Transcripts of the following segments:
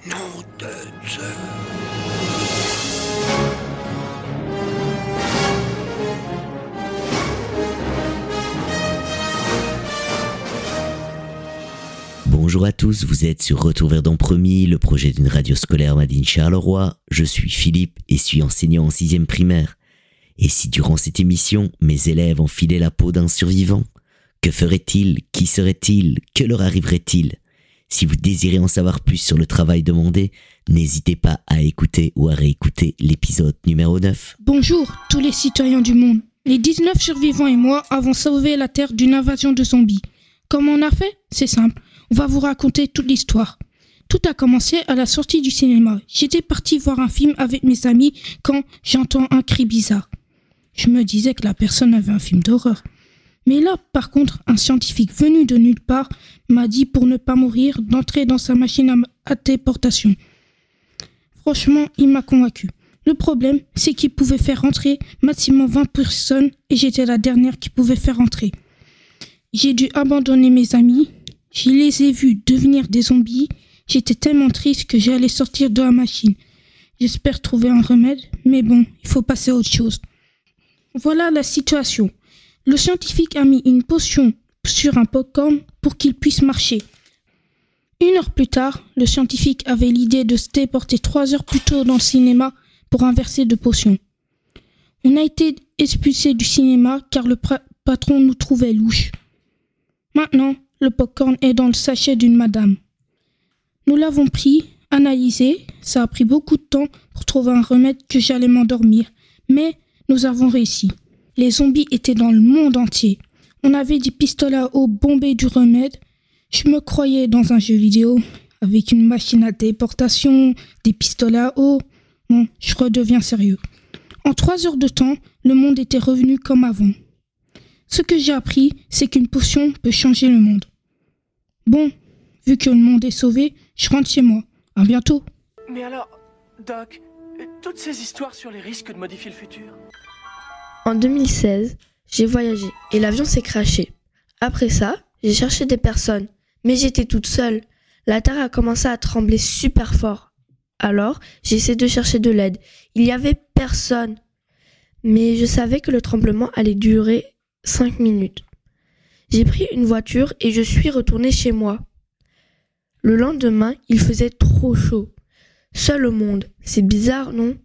Nom de Dieu. Bonjour à tous, vous êtes sur Retour vers Dompremy, le projet d'une radio scolaire Made in Charleroi. Je suis Philippe et suis enseignant en 6e primaire. Et si durant cette émission, mes élèves enfilaient la peau d'un survivant, que feraient-ils? Qui seraient-ils? Que leur arriverait-il? Si vous désirez en savoir plus sur le travail demandé, n'hésitez pas à écouter ou à réécouter l'épisode numéro 9. Bonjour tous les citoyens du monde. Les 19 survivants et moi avons sauvé la Terre d'une invasion de zombies. Comment on a fait? C'est simple. On va vous raconter toute l'histoire. Tout a commencé à la sortie du cinéma. J'étais parti voir un film avec mes amis quand j'entends un cri bizarre. Je me disais que la personne avait un film d'horreur. Mais là, par contre, un scientifique venu de nulle part m'a dit pour ne pas mourir d'entrer dans sa machine à téléportation. Franchement, il m'a convaincu. Le problème, c'est qu'il pouvait faire rentrer maximum 20 personnes et j'étais la dernière qui pouvait faire rentrer. J'ai dû abandonner mes amis. Je les ai vus devenir des zombies. J'étais tellement triste que j'allais sortir de la machine. J'espère trouver un remède, mais bon, il faut passer à autre chose. Voilà la situation. Le scientifique a mis une potion sur un popcorn pour qu'il puisse marcher. 1 heure plus tard, le scientifique avait l'idée de se téléporter 3 heures plus tôt dans le cinéma pour inverser de potions. On a été expulsés du cinéma car le patron nous trouvait louches. Maintenant, le popcorn est dans le sachet d'une madame. Nous l'avons pris, analysé, ça a pris beaucoup de temps pour trouver un remède que j'allais m'endormir, mais nous avons réussi. Les zombies étaient dans le monde entier. On avait des pistolets à eau bombés du remède. Je me croyais dans un jeu vidéo, avec une machine à téléportation, des pistolets à eau. Bon, je redeviens sérieux. En 3 heures de temps, le monde était revenu comme avant. Ce que j'ai appris, c'est qu'une potion peut changer le monde. Bon, vu que le monde est sauvé, je rentre chez moi. À bientôt. Mais alors, Doc, toutes ces histoires sur les risques de modifier le futur? En 2016, j'ai voyagé et l'avion s'est crashé. Après ça, j'ai cherché des personnes, mais j'étais toute seule. La terre a commencé à trembler super fort. Alors, j'ai essayé de chercher de l'aide. Il n'y avait personne. Mais je savais que le tremblement allait durer 5 minutes. J'ai pris une voiture et je suis retournée chez moi. Le lendemain, il faisait trop chaud. Seul au monde. C'est bizarre, non?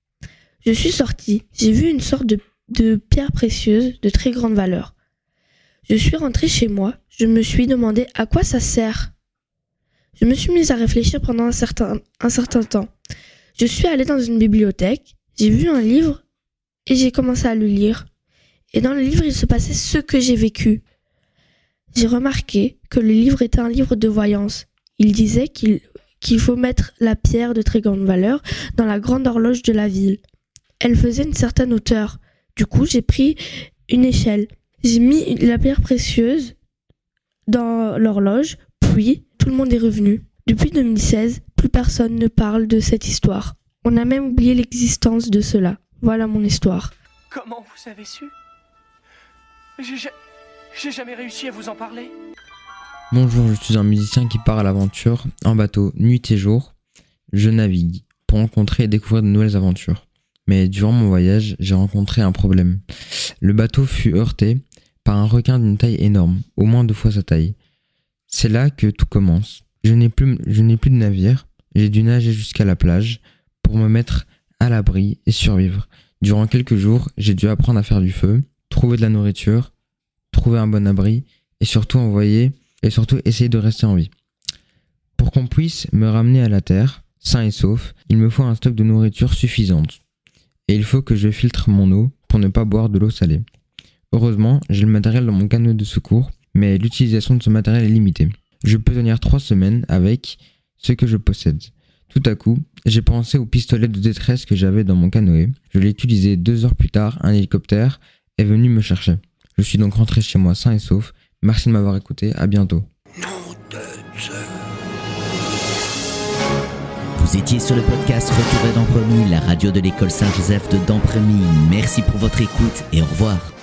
Je suis sortie. J'ai vu une sorte de pierre précieuse de très grande valeur. Je suis rentrée chez moi. Je me suis demandé à quoi ça sert. Je me suis mise à réfléchir pendant un certain temps. Je suis allée dans une bibliothèque. J'ai vu un livre et j'ai commencé à le lire. Et dans le livre, il se passait ce que j'ai vécu. J'ai remarqué que le livre était un livre de voyance. Il disait qu'il faut mettre la pierre de très grande valeur dans la grande horloge de la ville. Elle faisait une certaine hauteur. Du coup, j'ai pris une échelle. J'ai mis la pierre précieuse dans l'horloge, puis tout le monde est revenu. Depuis 2016, plus personne ne parle de cette histoire. On a même oublié l'existence de cela. Voilà mon histoire. Comment vous avez su? J'ai jamais réussi à vous en parler. Bonjour, je suis un musicien qui part à l'aventure en bateau nuit et jour. Je navigue pour rencontrer et découvrir de nouvelles aventures. Mais durant mon voyage, j'ai rencontré un problème. Le bateau fut heurté par un requin d'une taille énorme, au moins 2 fois sa taille. C'est là que tout commence. Je n'ai plus de navire. J'ai dû nager jusqu'à la plage pour me mettre à l'abri et survivre. Durant quelques jours, j'ai dû apprendre à faire du feu, trouver de la nourriture, trouver un bon abri et surtout essayer de rester en vie. Pour qu'on puisse me ramener à la terre, sain et sauf, il me faut un stock de nourriture suffisante. Et il faut que je filtre mon eau pour ne pas boire de l'eau salée. Heureusement, j'ai le matériel dans mon canot de secours, mais l'utilisation de ce matériel est limitée. Je peux tenir 3 semaines avec ce que je possède. Tout à coup, j'ai pensé au pistolet de détresse que j'avais dans mon canoë. Je l'ai utilisé 2 heures plus tard, un hélicoptère est venu me chercher. Je suis donc rentré chez moi sain et sauf. Merci de m'avoir écouté, à bientôt. Nom de Dieu. Vous étiez sur le podcast Retour vers Dompremy, la radio de l'école Saint-Joseph de Dompremy. Merci pour votre écoute et au revoir.